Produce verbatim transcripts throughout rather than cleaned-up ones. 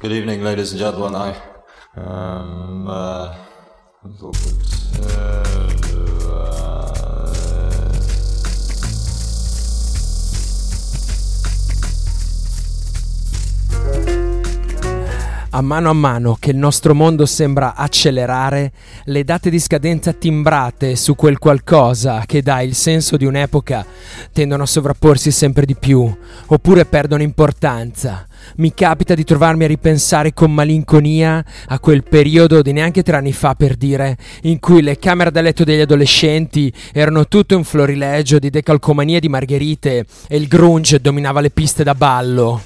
Good evening, ladies and gentlemen. I um uh, A mano a mano che il nostro mondo sembra accelerare, le date di scadenza timbrate su quel qualcosa che dà il senso di un'epoca tendono a sovrapporsi sempre di più, oppure perdono importanza. Mi capita di trovarmi a ripensare con malinconia a quel periodo di neanche tre anni fa, per dire, in cui le camere da letto degli adolescenti erano tutto un florilegio di decalcomanie di margherite e il grunge dominava le piste da ballo.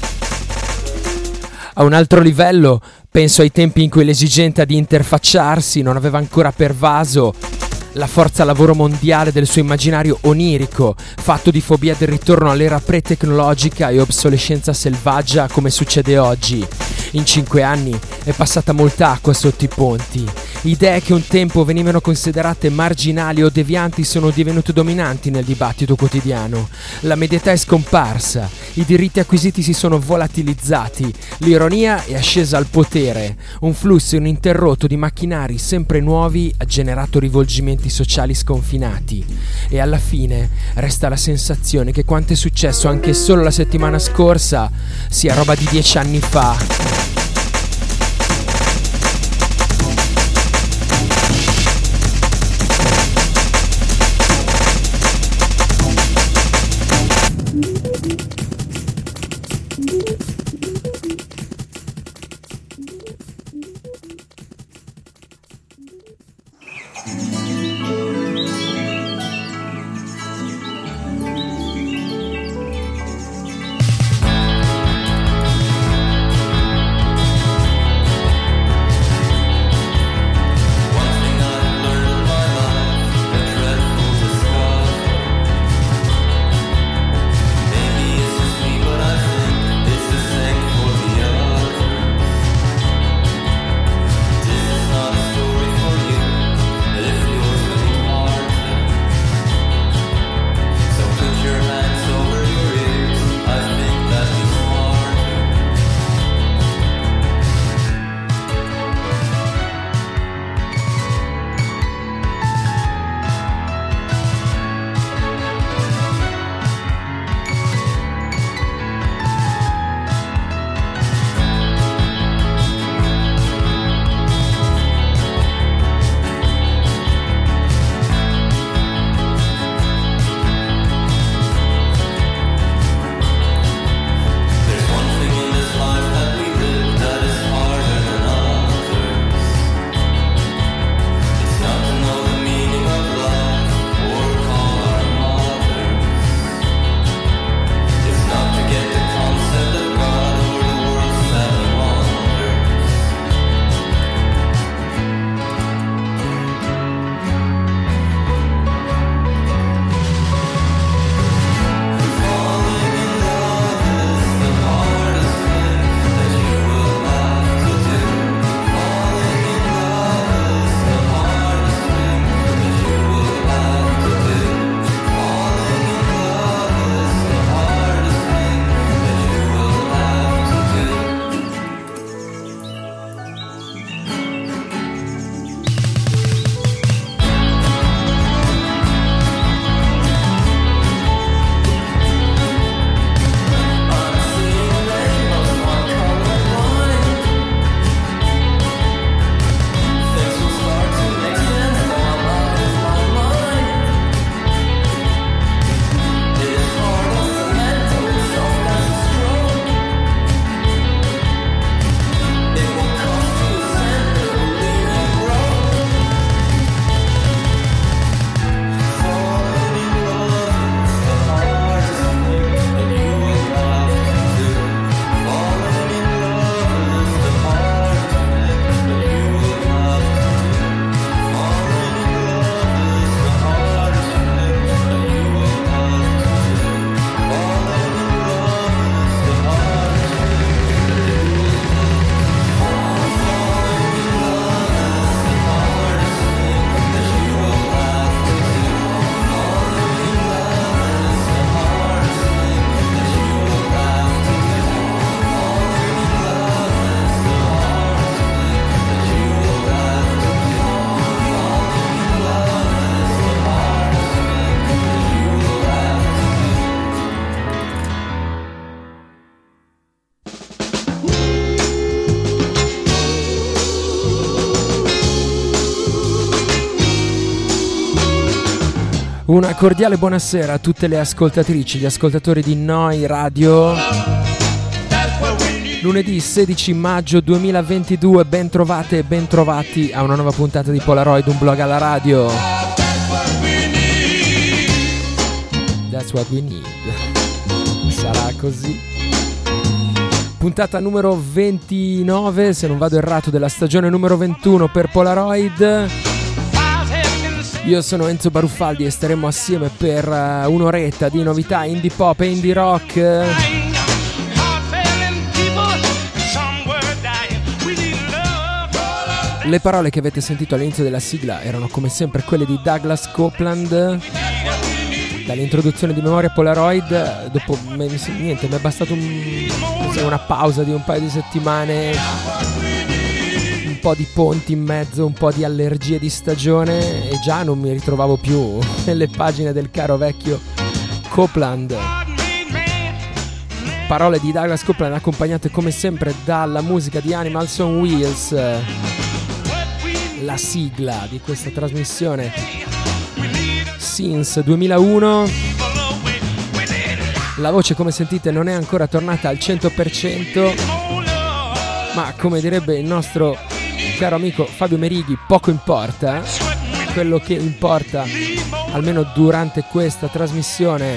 A un altro livello, penso ai tempi in cui l'esigenza di interfacciarsi non aveva ancora pervaso la forza lavoro mondiale del suo immaginario onirico, fatto di fobia del ritorno all'era pre-tecnologica e obsolescenza selvaggia come succede oggi. In cinque anni è passata molta acqua sotto i ponti. Idee che un tempo venivano considerate marginali o devianti sono divenute dominanti nel dibattito quotidiano. La medietà è scomparsa, i diritti acquisiti si sono volatilizzati, l'ironia è ascesa al potere, un flusso ininterrotto di macchinari sempre nuovi ha generato rivolgimenti sociali sconfinati e alla fine resta la sensazione che quanto è successo anche solo la settimana scorsa sia roba di dieci anni fa. Una cordiale buonasera a tutte le ascoltatrici, gli ascoltatori di Noi Radio. Lunedì sedici maggio duemilaventidue, ben trovate e ben trovati a una nuova puntata di Polaroid, un blog alla radio. That's what we need. Sarà così. Puntata numero ventinove, se non vado errato, della stagione numero ventuno per Polaroid. Io sono Enzo Baruffaldi e staremo assieme per uh, un'oretta di novità indie pop e indie rock. Le parole che avete sentito all'inizio della sigla erano come sempre quelle di Douglas Copeland. Dall'introduzione di Memoria Polaroid, dopo niente, mi è bastato un, una pausa di un paio di settimane, un po' di ponti in mezzo, un po' di allergie di stagione e già non mi ritrovavo più nelle pagine del caro vecchio Copeland. Parole di Douglas Copeland accompagnate come sempre dalla musica di Animals on Wheels, la sigla di questa trasmissione since duemilauno. La voce, come sentite, non è ancora tornata al cento per cento, ma come direbbe il nostro caro amico Fabio Merighi, poco importa. Quello che importa, almeno durante questa trasmissione,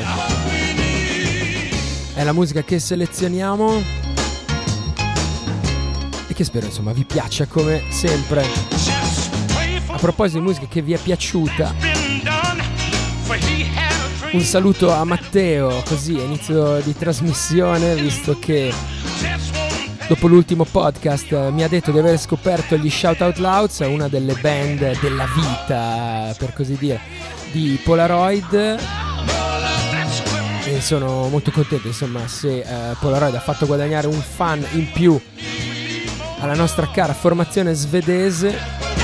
è la musica che selezioniamo e che spero insomma vi piaccia come sempre. A proposito di musica che vi è piaciuta, un saluto a Matteo, così a inizio di trasmissione, visto che dopo l'ultimo podcast mi ha detto di aver scoperto gli Shout Out Louds, una delle band della vita, per così dire, di Polaroid, e sono molto contento insomma se uh, Polaroid ha fatto guadagnare un fan in più alla nostra cara formazione svedese.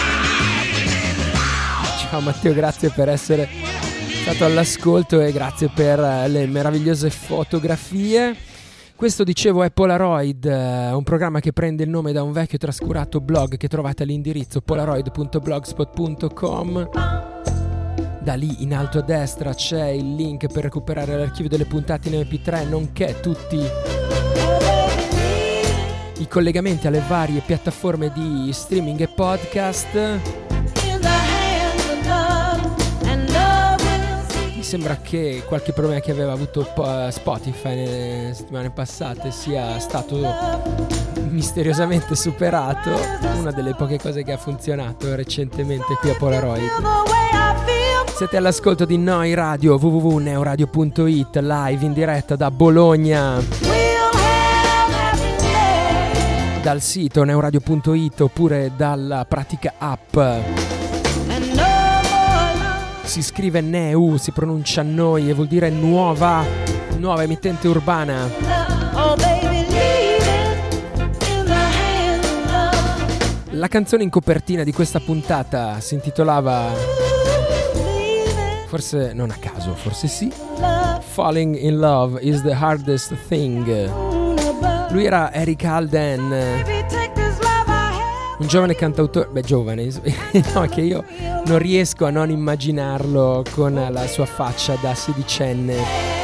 Ciao Matteo, grazie per essere stato all'ascolto e grazie per uh, le meravigliose fotografie. Questo, dicevo, è Polaroid, uh, un programma che prende il nome da un vecchio trascurato blog che trovate all'indirizzo polaroid punto blogspot punto com. Da lì in alto a destra c'è il link per recuperare l'archivio delle puntate in emme pi tre, nonché tutti i collegamenti alle varie piattaforme di streaming e podcast. Sembra che qualche problema che aveva avuto Spotify nelle settimane passate sia stato misteriosamente superato, una delle poche cose che ha funzionato recentemente qui a Polaroid. Siete all'ascolto di Noi Radio, w w w punto neoradio punto it, live in diretta da Bologna, dal sito neoradio punto it oppure dalla pratica app. Si scrive Neu, si pronuncia Noi e vuol dire nuova, nuova emittente urbana. La canzone in copertina di questa puntata si intitolava, forse non a caso, forse sì, Falling in Love is the Hardest Thing. Lui era Eric Alden, un giovane cantautore, beh giovane, no, che io non riesco a non immaginarlo con la sua faccia da sedicenne.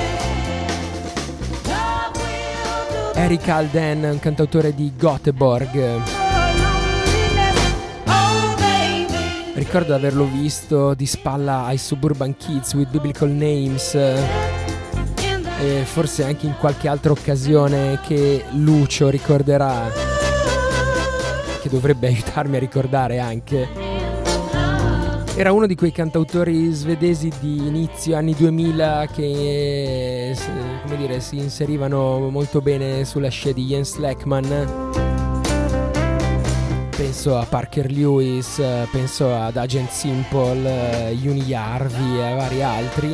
Eric Alden, un cantautore di Göteborg. Ricordo di averlo visto di spalla ai Suburban Kids with Biblical Names, e forse anche in qualche altra occasione che Lucio ricorderà, che dovrebbe aiutarmi a ricordare anche. Era uno di quei cantautori svedesi di inizio anni duemila che, come dire, si inserivano molto bene sulla scia di Jens Lekman. Penso a Parker Lewis, penso ad Agent Simple, Uni Harvey e a vari altri.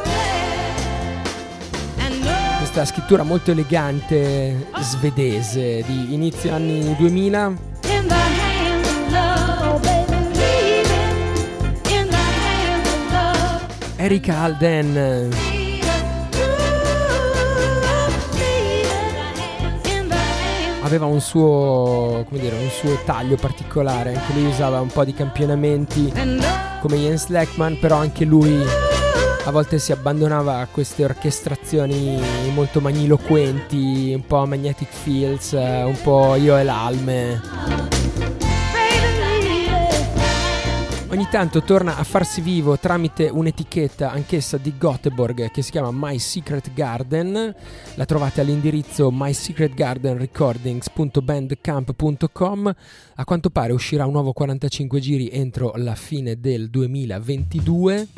Questa scrittura molto elegante svedese di inizio anni duemila. Eric Alden, aveva un suo, come dire, un suo taglio particolare, anche lui usava un po' di campionamenti come Jens Lekman, però anche lui a volte si abbandonava a queste orchestrazioni molto magniloquenti, un po' Magnetic Fields, un po' Io e l'Alme. Ogni tanto torna a farsi vivo tramite un'etichetta anch'essa di Göteborg che si chiama My Secret Garden. La trovate all'indirizzo my secret garden recordings punto bandcamp punto com. A quanto pare uscirà un nuovo quarantacinque giri entro la fine del duemilaventidue.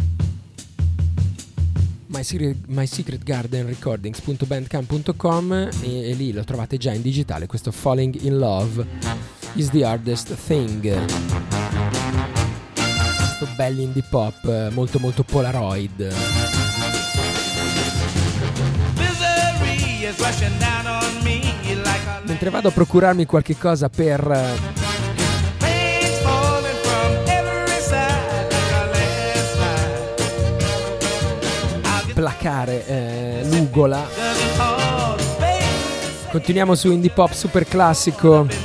My Secret, My Secret Garden Recordings punto bandcamp punto com e, e lì lo trovate già in digitale. Questo Falling in Love is the hardest thing. Belli indie pop, molto molto Polaroid. Mentre vado a procurarmi qualche cosa per placare eh, l'ugola, continuiamo su indie pop super classico.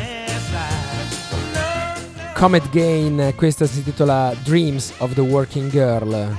Comet Gain, questa si intitola Dreams of the Working Girl.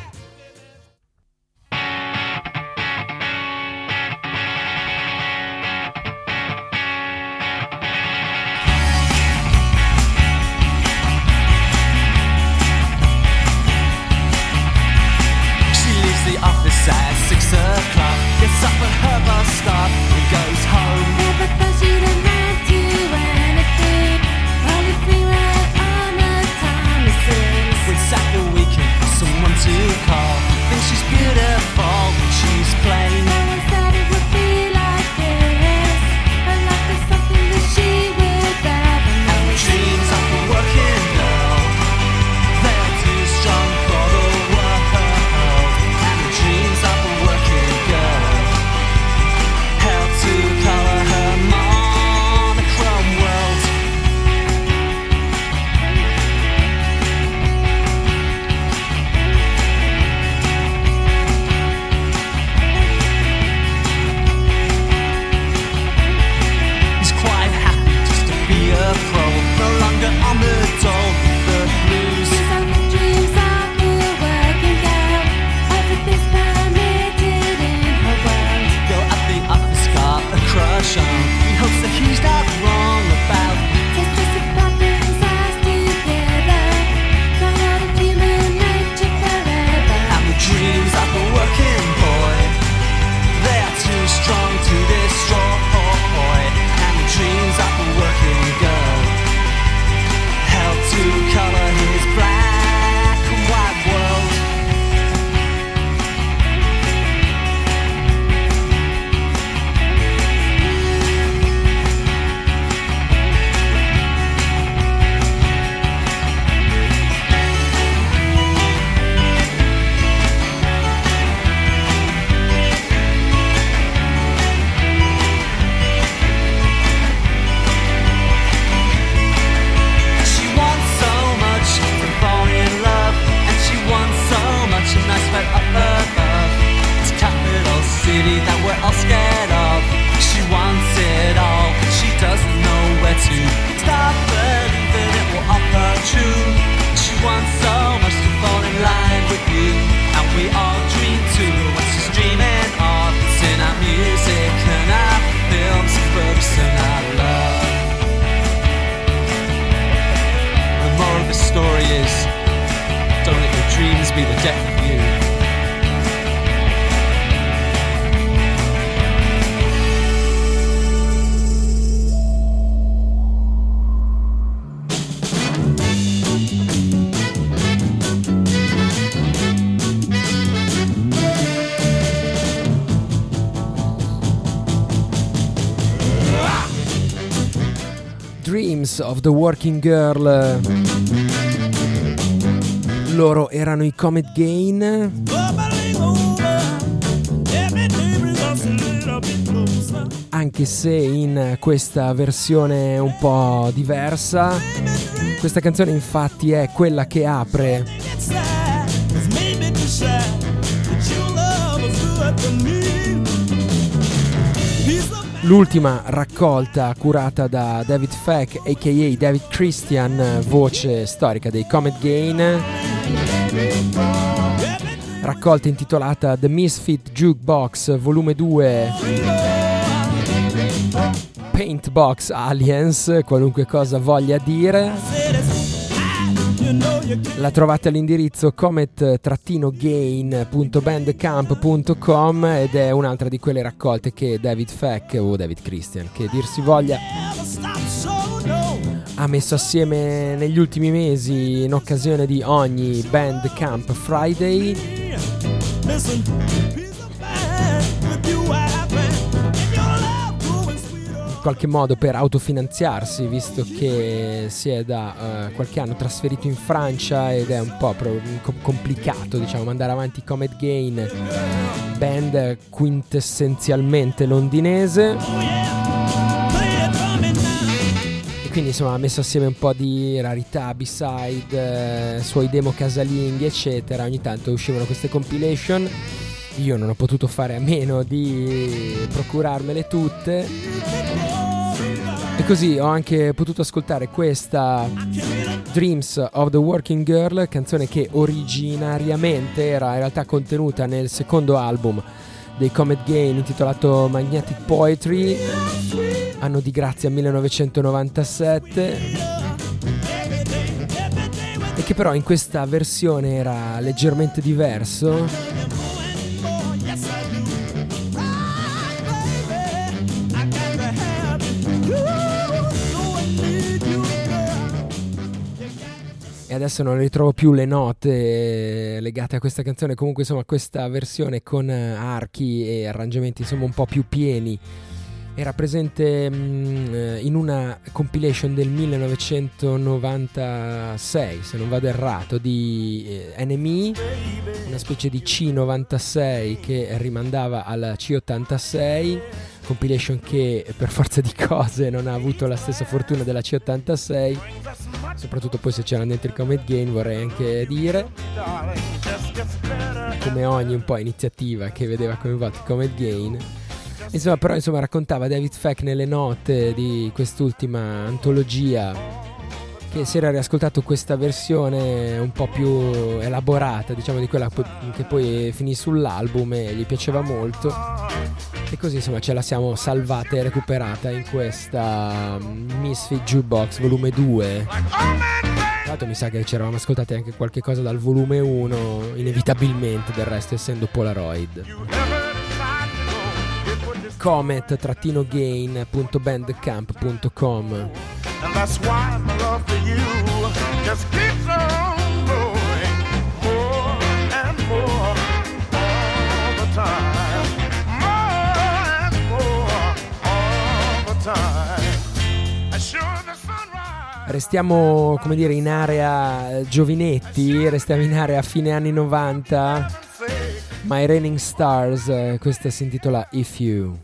Dreams of the Working Girl. Loro erano i Comet Gain. Anche se in questa versione un po' diversa. Questa canzone infatti è quella che apre l'ultima raccolta curata da David Feck, a k a. David Christian, voce storica dei Comet Gain. raccolta intitolata The Misfit Jukebox volume due Paintbox Aliens, qualunque cosa voglia dire. La trovate all'indirizzo comet-gain punto bandcamp punto com ed è un'altra di quelle raccolte che David Feck o David Christian, che dir si voglia, ha messo assieme negli ultimi mesi in occasione di ogni Bandcamp Friday. In qualche modo per autofinanziarsi, visto che si è da uh, qualche anno trasferito in Francia ed è un po' pro- complicato, diciamo, mandare avanti Comet Gain, band quintessenzialmente londinese. E quindi insomma ha messo assieme un po' di rarità, B-side, eh, suoi demo casalinghi eccetera. Ogni tanto uscivano queste compilation, io non ho potuto fare a meno di procurarmele tutte. E così ho anche potuto ascoltare questa Dreams of the Working Girl, canzone che originariamente era in realtà contenuta nel secondo album dei Comet Gain intitolato Magnetic Poetry, anno di grazia millenovecentonovantasette, e che però in questa versione era leggermente diverso. E adesso non ritrovo più le note legate a questa canzone, comunque insomma questa versione con archi e arrangiamenti insomma un po' più pieni era presente mh, in una compilation del millenovecentonovantasei, se non vado errato, di eh, N M E, una specie di C novantasei che rimandava alla C ottantasei, compilation che per forza di cose non ha avuto la stessa fortuna della C ottantasei, soprattutto poi se c'era dentro il Comet Gain, vorrei anche dire, come ogni un po' iniziativa che vedeva coinvolto il Comet Gain. Insomma, però insomma raccontava David Feck nelle note di quest'ultima antologia che si era riascoltato questa versione un po' più elaborata, diciamo, di quella che poi finì sull'album e gli piaceva molto, e così insomma ce la siamo salvata e recuperata in questa Misfit Jukebox volume due. Tra l'altro mi sa che ci eravamo ascoltati anche qualche cosa dal volume uno, inevitabilmente, del resto essendo Polaroid. comet-gain punto bandcamp punto com. And that's why my love for you just keeps on growing more and more all the time, more and more all the time. Sure the sunrise. Restiamo, come dire, in area giovinetti, restiamo in area fine anni novanta. My Raining Stars, questa si intitola If You.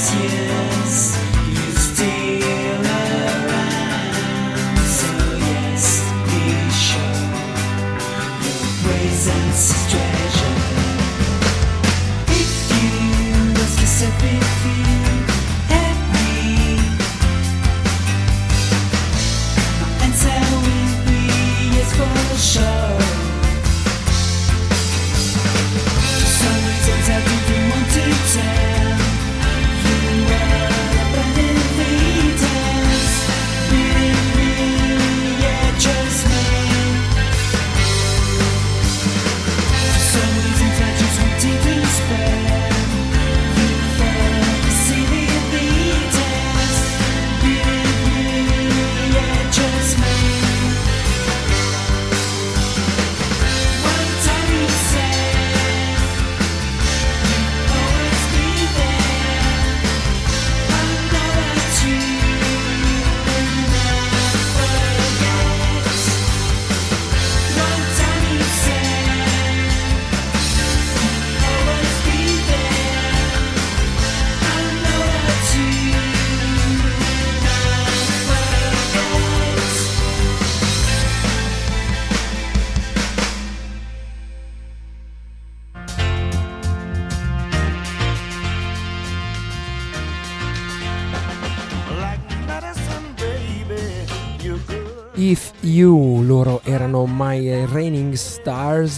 If You, loro erano My Raining Stars,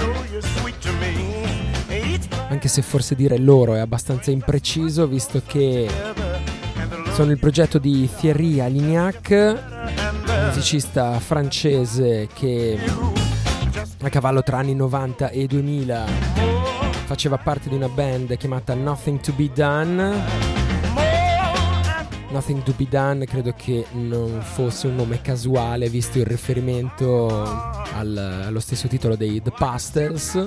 anche se forse dire loro è abbastanza impreciso, visto che sono il progetto di Thierry Alignac, musicista francese che a cavallo tra anni novanta e duemila faceva parte di una band chiamata Nothing to Be Done. Nothing to Be Done credo che non fosse un nome casuale, visto il riferimento al, allo stesso titolo dei The Pastels,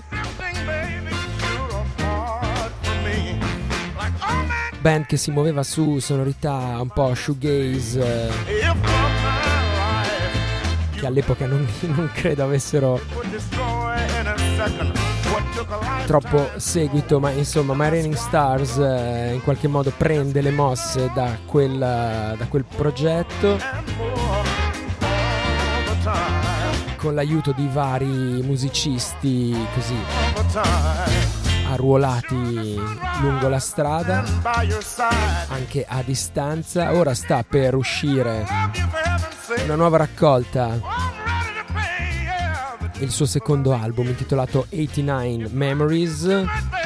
band che si muoveva su sonorità un po' shoegaze, che all'epoca non, non credo avessero troppo seguito, ma insomma My Raining Stars eh, in qualche modo prende le mosse da quel, da quel progetto, con l'aiuto di vari musicisti così arruolati lungo la strada, anche a distanza. Ora sta per uscire una nuova raccolta, il suo secondo album intitolato ottantanove Memories,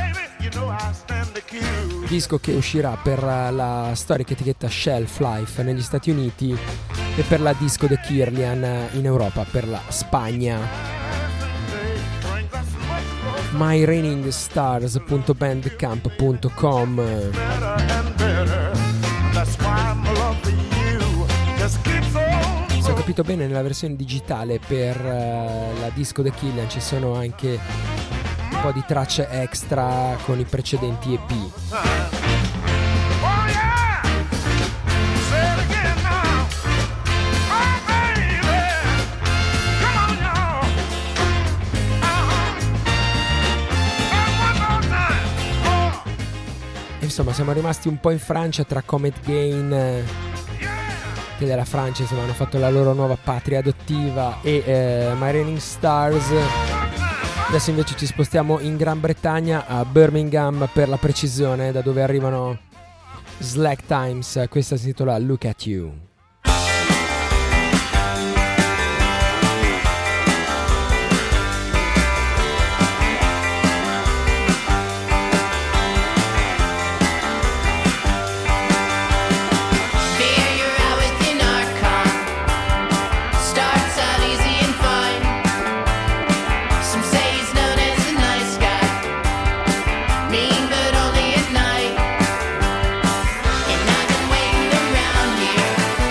disco che uscirà per la storica etichetta Shelf Life negli Stati Uniti e per la Disco de Kirlian in Europa, per la Spagna. my raining stars punto bandcamp punto com. Se ho capito bene, nella versione digitale per uh, la Disco de Killian ci sono anche un po' di tracce extra con i precedenti E P. Insomma, siamo rimasti un po' in Francia tra Comet Gain, che della Francia insomma hanno fatto la loro nuova patria adottiva, e eh, My Raining Stars. Adesso invece ci spostiamo in Gran Bretagna, a Birmingham per la precisione, da dove arrivano Slack Times. Questa si intitola Look at You. Here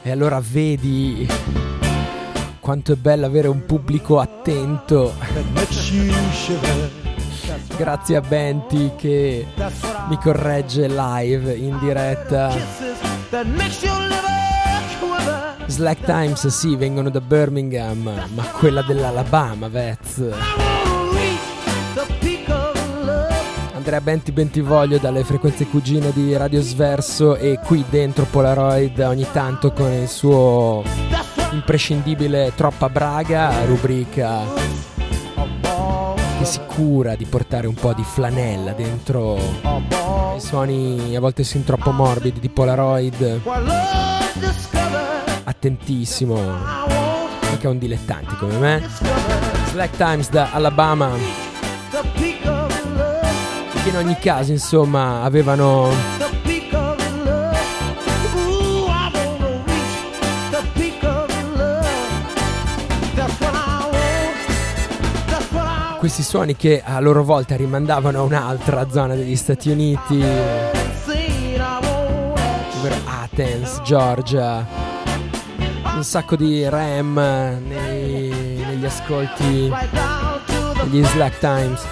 E allora vedi quanto è bello avere un pubblico attento. Grazie a Benti che mi corregge live in diretta. Slack Times, sì, vengono da Birmingham, ma quella dell'Alabama, Vez. Andrea Benti Bentivoglio dalle frequenze cugine di Radio Sverso, e qui dentro Polaroid ogni tanto con il suo imprescindibile Troppa Braga, rubrica che si cura di portare un po' di flanella dentro i suoni a volte sin troppo morbidi di Polaroid. Attentissimo, mica un dilettante come me. Slack Times da Alabama, che in ogni caso insomma avevano questi suoni che a loro volta rimandavano a un'altra zona degli Stati Uniti, ovvero Athens, Georgia. Un sacco di Ram nei, negli ascolti degli Slack Times.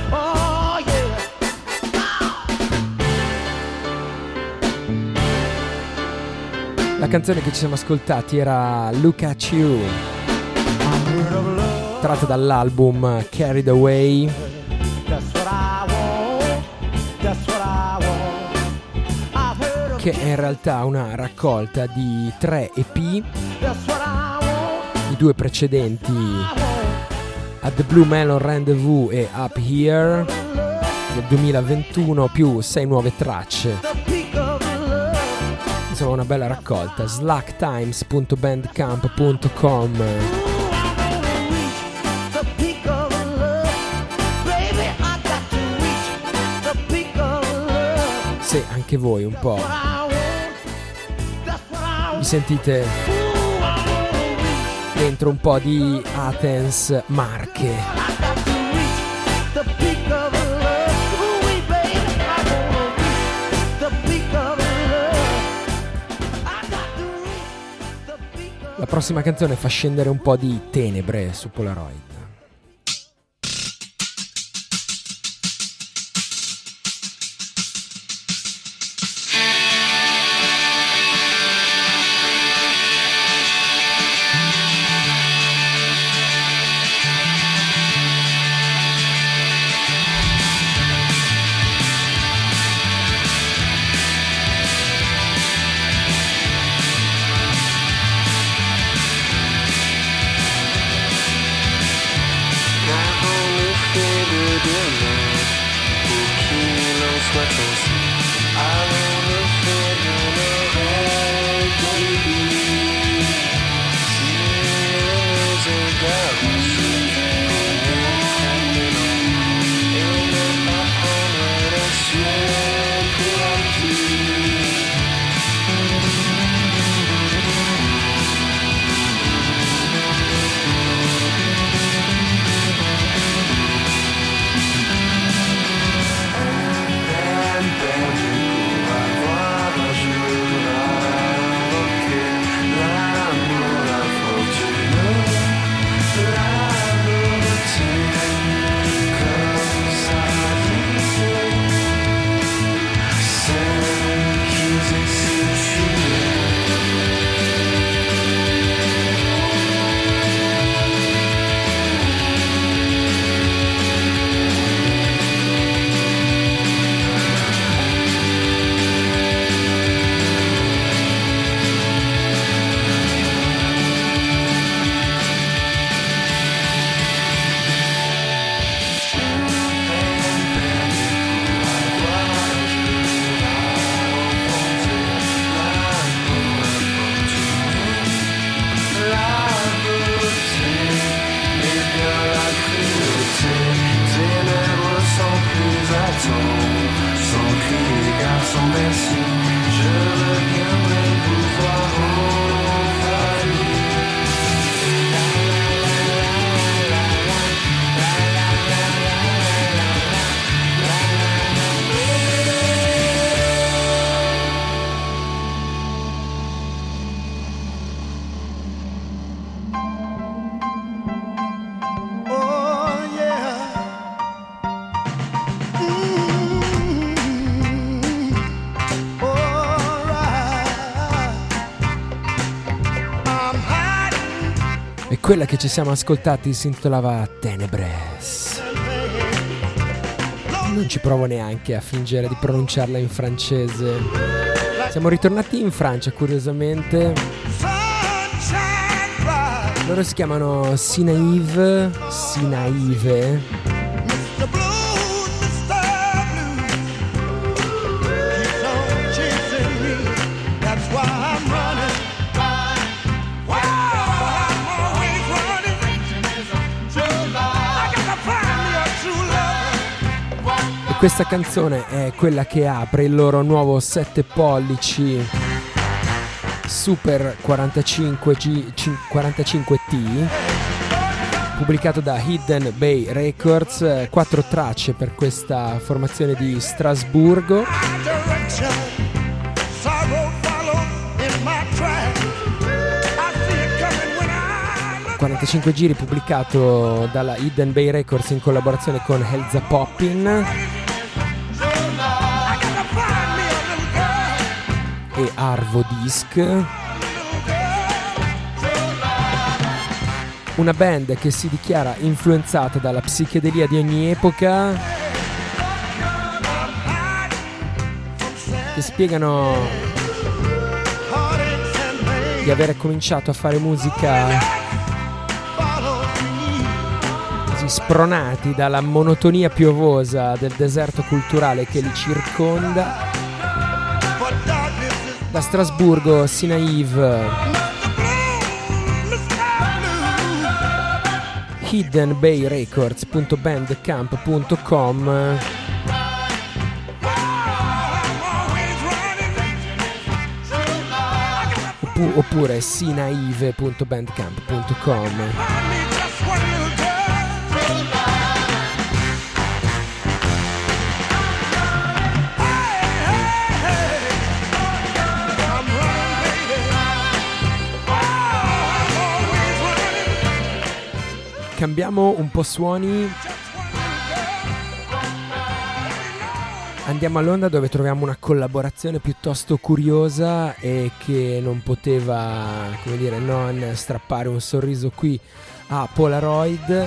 La canzone che ci siamo ascoltati era Look at You, tratta dall'album Carried Away, che è in realtà una raccolta di tre E P, i due precedenti At the Blue Melon Rendezvous e Up Here del duemilaventuno, più sei nuove tracce. Insomma, una bella raccolta. slacktimes punto bandcamp punto com. Se anche voi un po' vi sentite dentro un po' di Athens, Marche. La prossima canzone fa scendere un po' di tenebre su Polaroid. Thank Quella che ci siamo ascoltati si intitolava Tenebres. Non ci provo neanche a fingere di pronunciarla in francese. Siamo ritornati in Francia, curiosamente. Loro si chiamano Sinaive, Sinaive. Questa canzone è quella che apre il loro nuovo sette pollici Super quarantacinque G, quarantacinque T, pubblicato da Hidden Bay Records. Quattro tracce per questa formazione di Strasburgo. quarantacinque giri, pubblicato dalla Hidden Bay Records in collaborazione con Elza Poppin e Arvo Disc, una band che si dichiara influenzata dalla psichedelia di ogni epoca, che spiegano di avere cominciato a fare musica spronati dalla monotonia piovosa del deserto culturale che li circonda. Da Strasburgo, Sinaive, hidden bay records punto bandcamp punto com, oppure sinaive punto bandcamp punto com. Cambiamo un po' suoni, andiamo a Londra, dove troviamo una collaborazione piuttosto curiosa e che non poteva, come dire, non strappare un sorriso qui a Polaroid.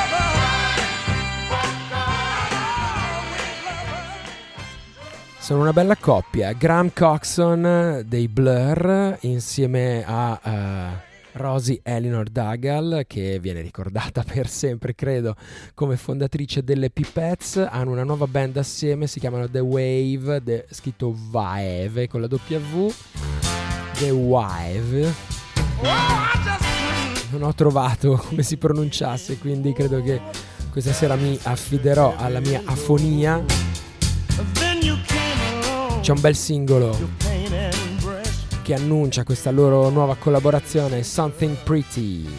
Sono una bella coppia, Graham Coxon dei Blur insieme a uh, Rosie Eleanor Dougal, che viene ricordata per sempre, credo, come fondatrice delle Pipettes. Hanno una nuova band assieme, si chiamano The Wave, the, scritto Vive con la W, The Vive. Non ho trovato come si pronunciasse, quindi credo che questa sera mi affiderò alla mia afonia. C'è un bel singolo che annuncia questa loro nuova collaborazione, Something Pretty.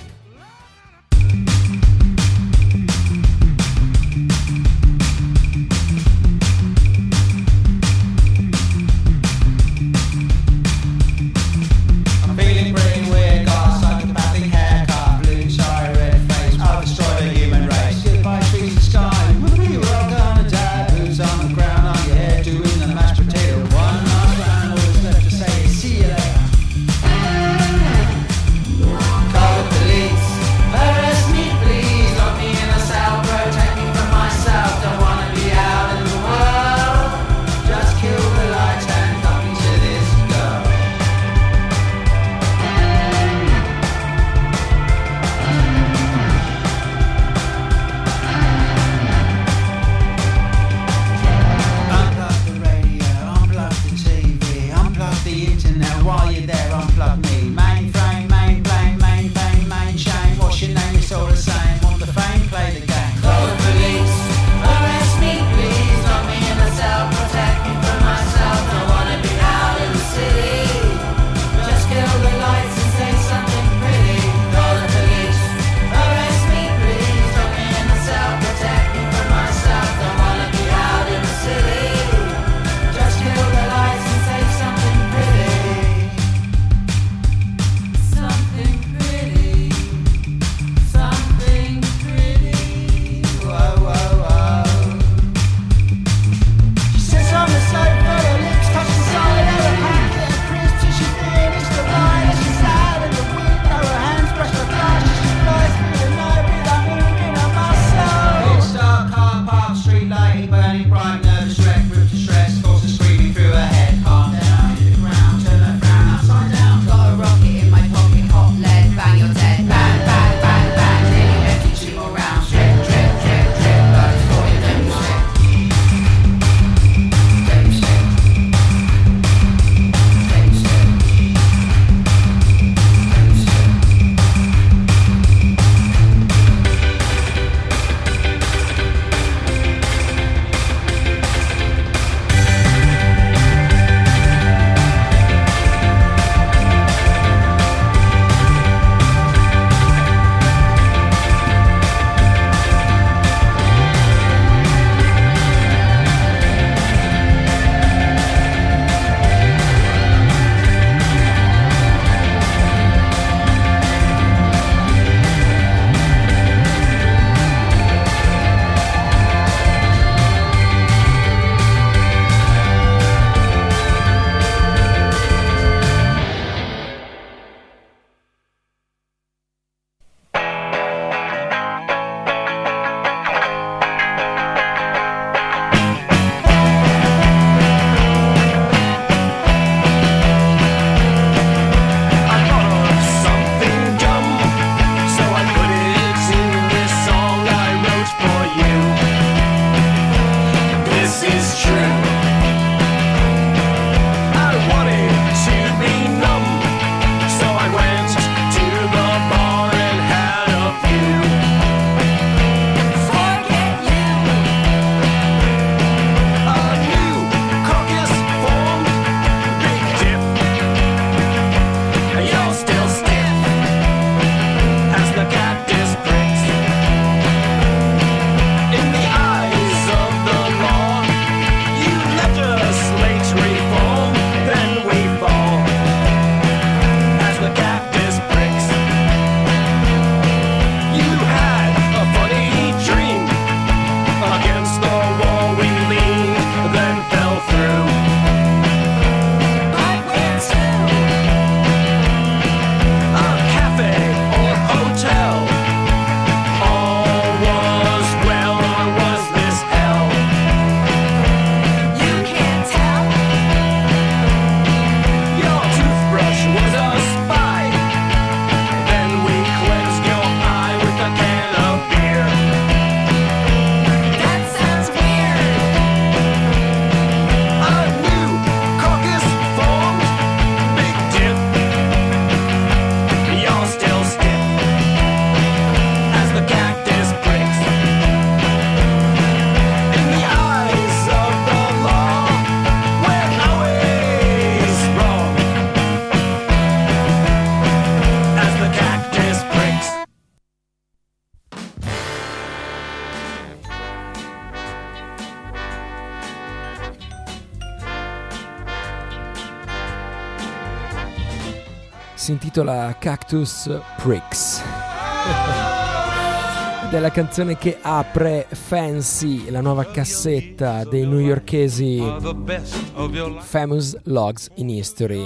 si intitola Cactus Pricks. Ed è la canzone che apre Fancy, la nuova cassetta dei newyorkesi Famous Logs in History,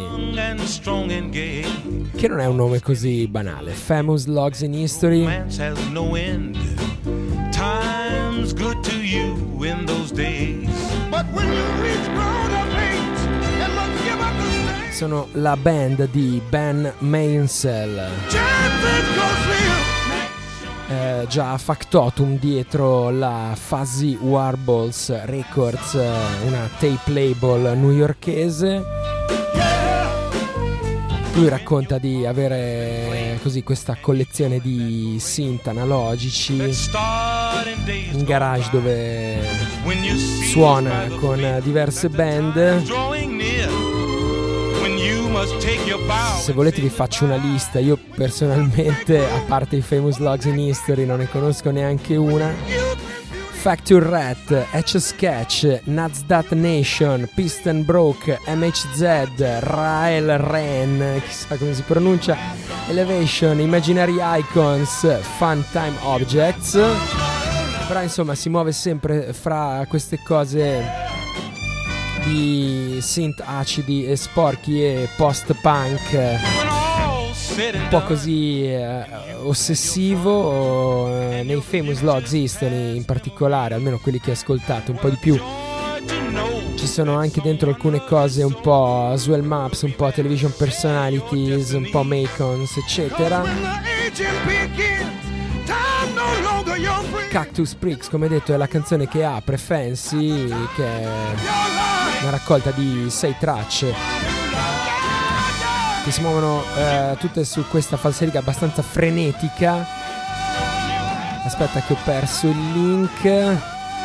che non è un nome così banale. Famous Logs in History Time's good to you in those days. But when you reach grown-up age and look give up the stage, sono la band di Ben Mainsell, eh, già factotum dietro la Fuzzy Warbles Records, eh, una tape label newyorkese. Lui racconta di avere così questa collezione di synth analogici in garage dove suona con diverse band. Se volete vi faccio una lista. Io personalmente, a parte i Famous Logs in History, non ne conosco neanche una. Factory Rat, Etch a Sketch, Nuts That Nation, Piston Broke, M H Z, Rael Ren, chissà come si pronuncia, Elevation, Imaginary Icons, Fun Time Objects. Però insomma si muove sempre fra queste cose di synth acidi e sporchi e post-punk, un po' così eh, ossessivo. eh, nei Famous Logs History in particolare, almeno quelli che ho ascoltato un po' di più, ci sono anche dentro alcune cose un po' Swell Maps, un po' Television Personalities, un po' Macons, eccetera. Cactus Pricks, come detto, è la canzone che apre Fancy, che è una raccolta di sei tracce che si muovono eh, tutte su questa falsariga abbastanza frenetica. Aspetta che ho perso il link.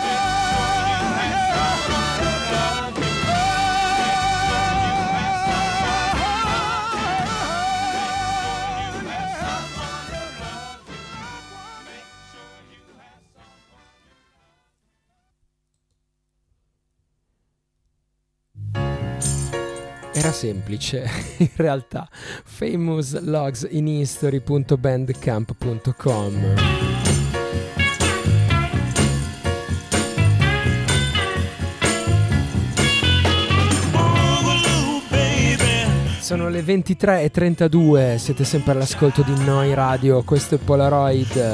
Era semplice, in realtà. famous logs in history punto bandcamp punto com. Sono le ventitré e trentadue, siete sempre all'ascolto di Noi Radio, questo è Polaroid.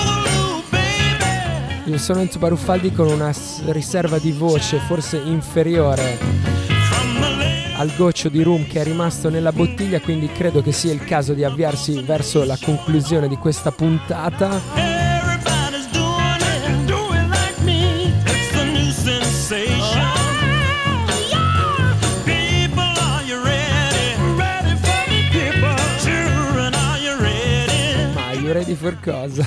Io sono Enzo Baruffaldi con una riserva di voce forse inferiore al goccio di rum che è rimasto nella bottiglia, quindi credo che sia il caso di avviarsi verso la conclusione di questa puntata. Ma are you ready for cosa?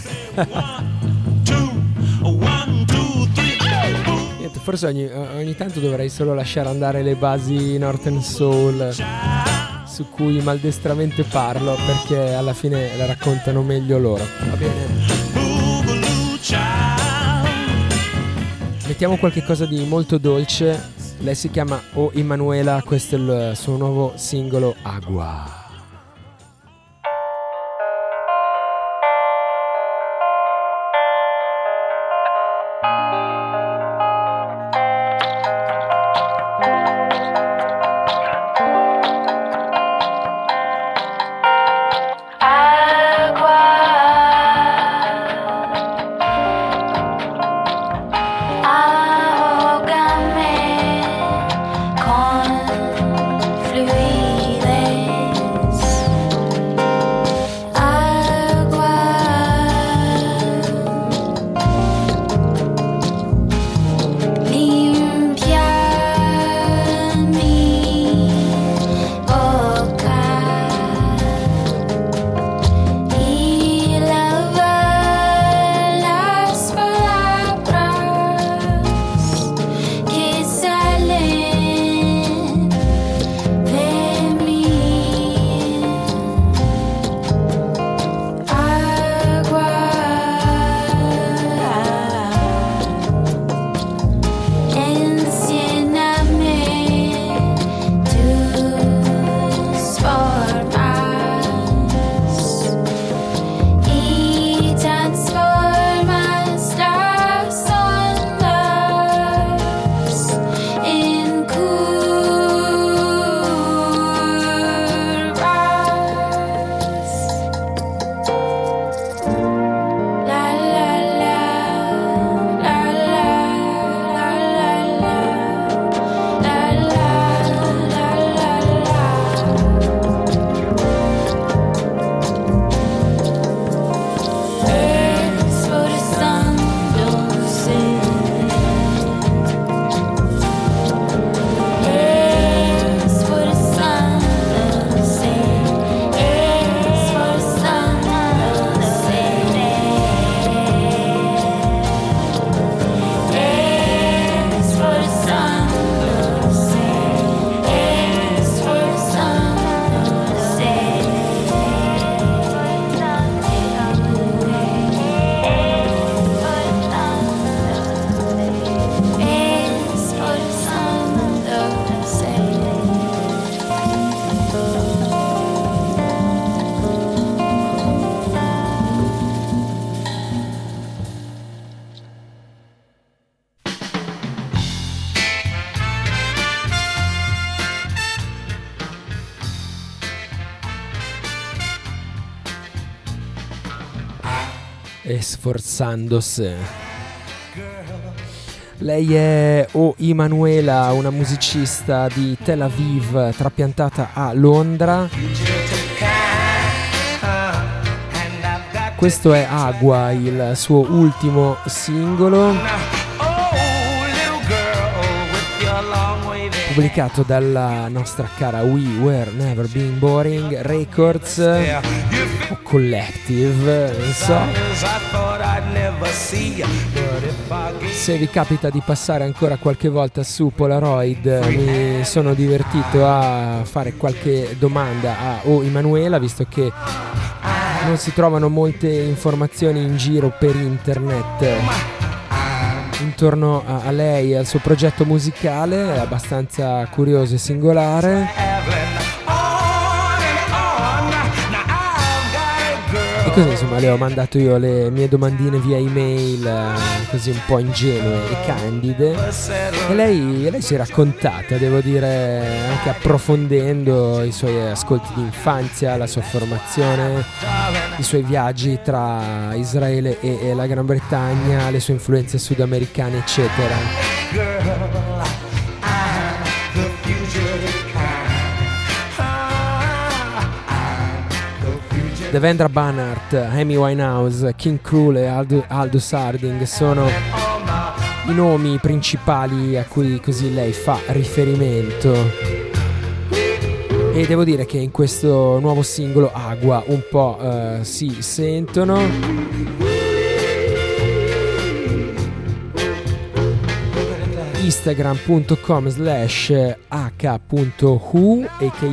Forse ogni, ogni tanto dovrei solo lasciare andare le basi Northern Soul su cui maldestramente parlo, perché alla fine la raccontano meglio loro. Va bene? Mettiamo qualche cosa di molto dolce. Lei si chiama O Emanuela, questo è il suo nuovo singolo Agua. Ahógame con fluidez. Sforzandosi. Lei è O Emanuela, una musicista di Tel Aviv trapiantata a Londra. Questo è Agua, il suo ultimo singolo, pubblicato dalla nostra cara We Were Never Been Boring Records o Collective, non so. Se vi capita di passare ancora qualche volta su Polaroid, mi sono divertito a fare qualche domanda a O Emanuela, visto che non si trovano molte informazioni in giro per internet intorno a, a lei e al suo progetto musicale. È abbastanza curioso e singolare. E così insomma le ho mandato io le mie domandine via email, eh, così un po' ingenue e candide, e lei, lei si è raccontata, devo dire, anche approfondendo i suoi ascolti di infanzia, la sua formazione, i suoi viaggi tra Israele e, e la Gran Bretagna, le sue influenze sudamericane, eccetera. Devendra Banhart, Amy Winehouse, King Krul e Aldo, Aldous Harding sono i nomi principali a cui così lei fa riferimento. E devo dire che in questo nuovo singolo Agua un po' uh, si sentono. Instagram.com slash h.hu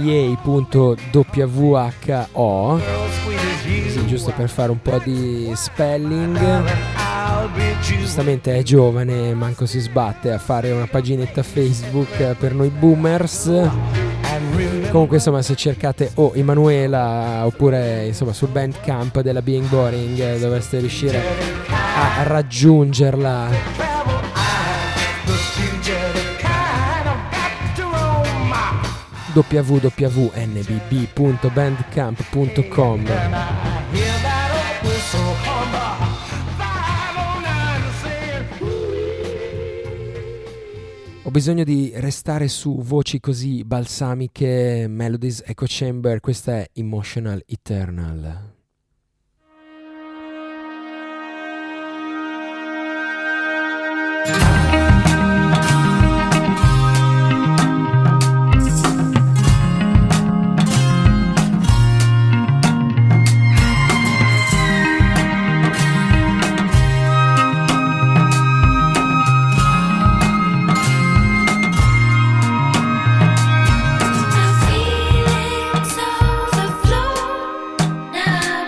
aka.who, sì, giusto per fare un po' di spelling. Giustamente è giovane, manco si sbatte a fare una paginetta Facebook per noi boomers. Comunque insomma, se cercate O Emanuela oppure insomma sul Bandcamp della Being Boring dovreste riuscire a raggiungerla. w w w punto n b b punto bandcamp punto com. Ho bisogno di restare su voci così balsamiche, Melodies Echo Chamber. Questa è Emotional Eternal. Now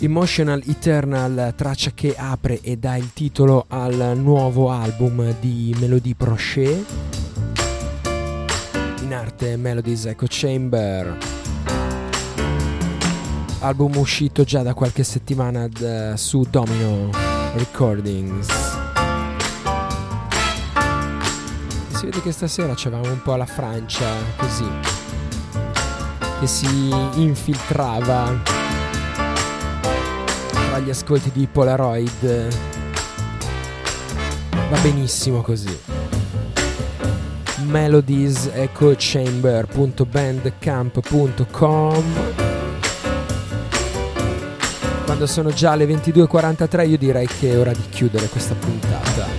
Emotional Eternal, traccia che apre e dà il titolo al nuovo album di Melody Prochet, in arte Melodies Echo Chamber, album uscito già da qualche settimana d- su Domino Recordings. E si vede che stasera c'avevamo un po' la Francia così, che si infiltrava tra gli ascolti di Polaroid. Va benissimo così. melodies echo chamber punto bandcamp punto com. Quando sono già le ventidue e quarantatré io direi che è ora di chiudere questa puntata.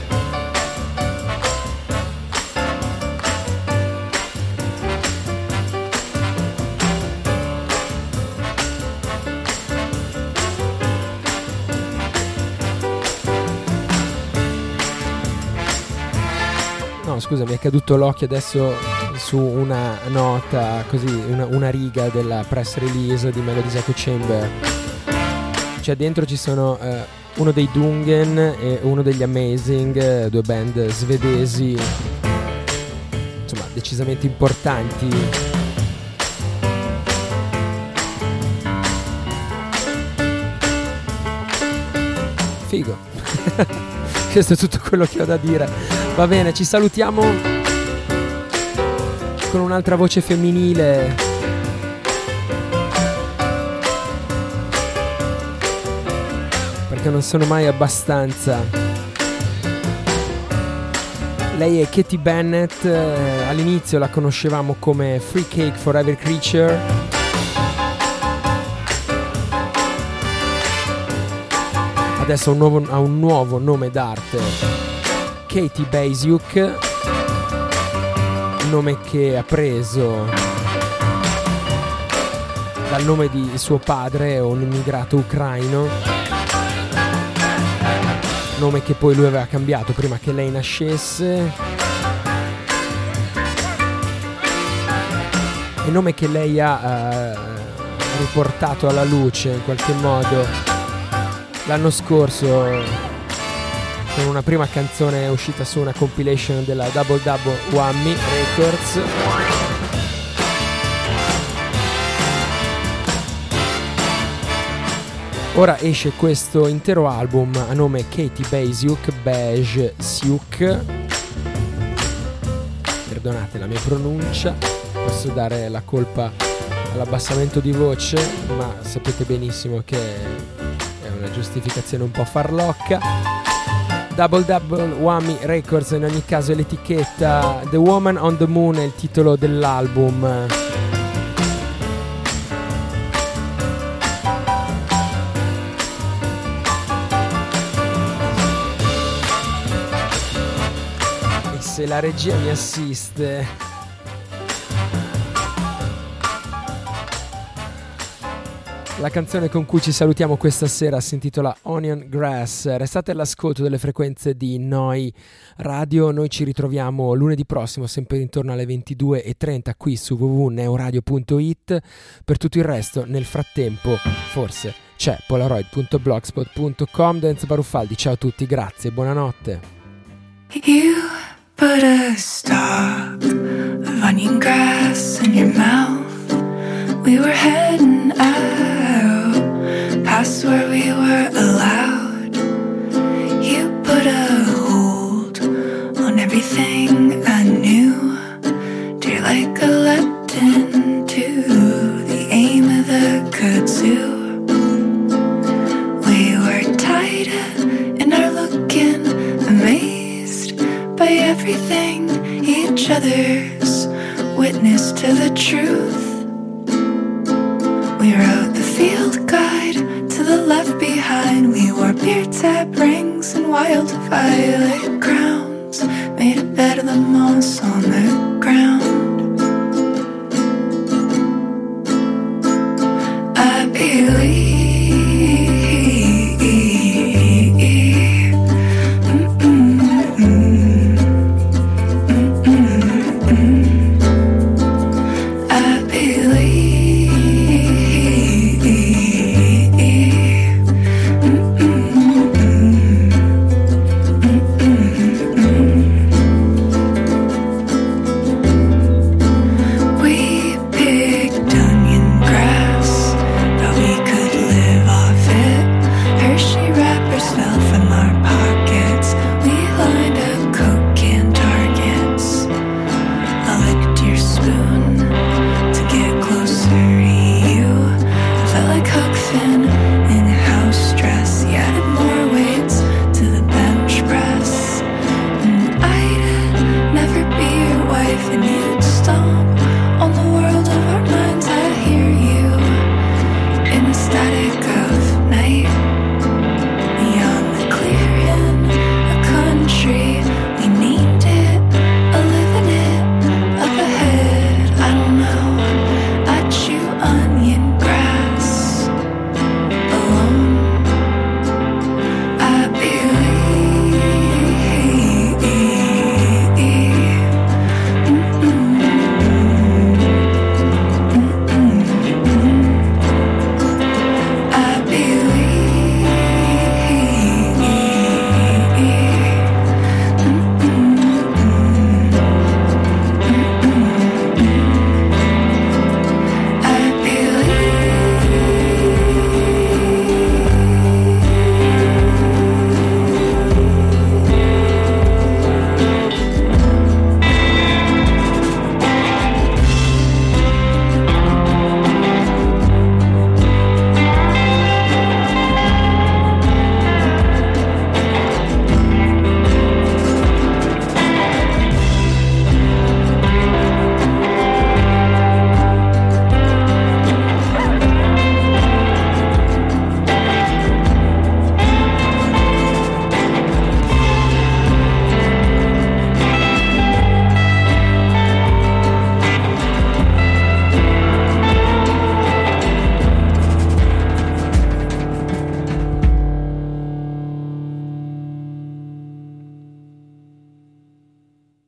Scusa, mi è caduto l'occhio adesso su una nota, così, una, una riga della press release di Melodies Echo Chamber. Cioè dentro ci sono eh, uno dei Dungen e uno degli Amazing, eh, due band svedesi, insomma decisamente importanti. Figo. Questo è tutto quello che ho da dire. Va bene, ci salutiamo con un'altra voce femminile. Perché non sono mai abbastanza. Lei è Katie Bennett, eh, all'inizio la conoscevamo come Free Cake for Every Creature. Adesso ha un nuovo, ha un nuovo nome d'arte. Katie Basiuk, nome che ha preso dal nome di suo padre, un immigrato ucraino, nome che poi lui aveva cambiato prima che lei nascesse, e nome che lei ha eh, riportato alla luce in qualche modo l'anno scorso con una prima canzone uscita su una compilation della Double Double Whammy Records. Ora esce questo intero album a nome Katie Basiuk, Beige Siuk. Perdonate la mia pronuncia, posso dare la colpa all'abbassamento di voce, ma sapete benissimo che è una giustificazione un po' farlocca. Double Double Whammy Records in ogni caso è l'etichetta. The Woman on the Moon è il titolo dell'album. E se la regia mi assiste, la canzone con cui ci salutiamo questa sera si intitola Onion Grass. Restate all'ascolto delle frequenze di Noi Radio. Noi ci ritroviamo lunedì prossimo, sempre intorno alle ventidue e trenta qui su w w w punto neoradio punto it. Per tutto il resto, nel frattempo, forse c'è polaroid punto blogspot punto com. Enzo Baruffaldi, ciao a tutti, grazie, buonanotte. You put a stalk of onion grass in your mouth. We were heading out past where we were allowed. You put a hold on everything I knew. Dear, like a leptin to the aim of the kudzu. We were tied in our looking, amazed by everything, each other's witness to the truth. We rode the field guide to the left behind. We wore beer tap rings and wild violet crowns. Made a bed of the moss on the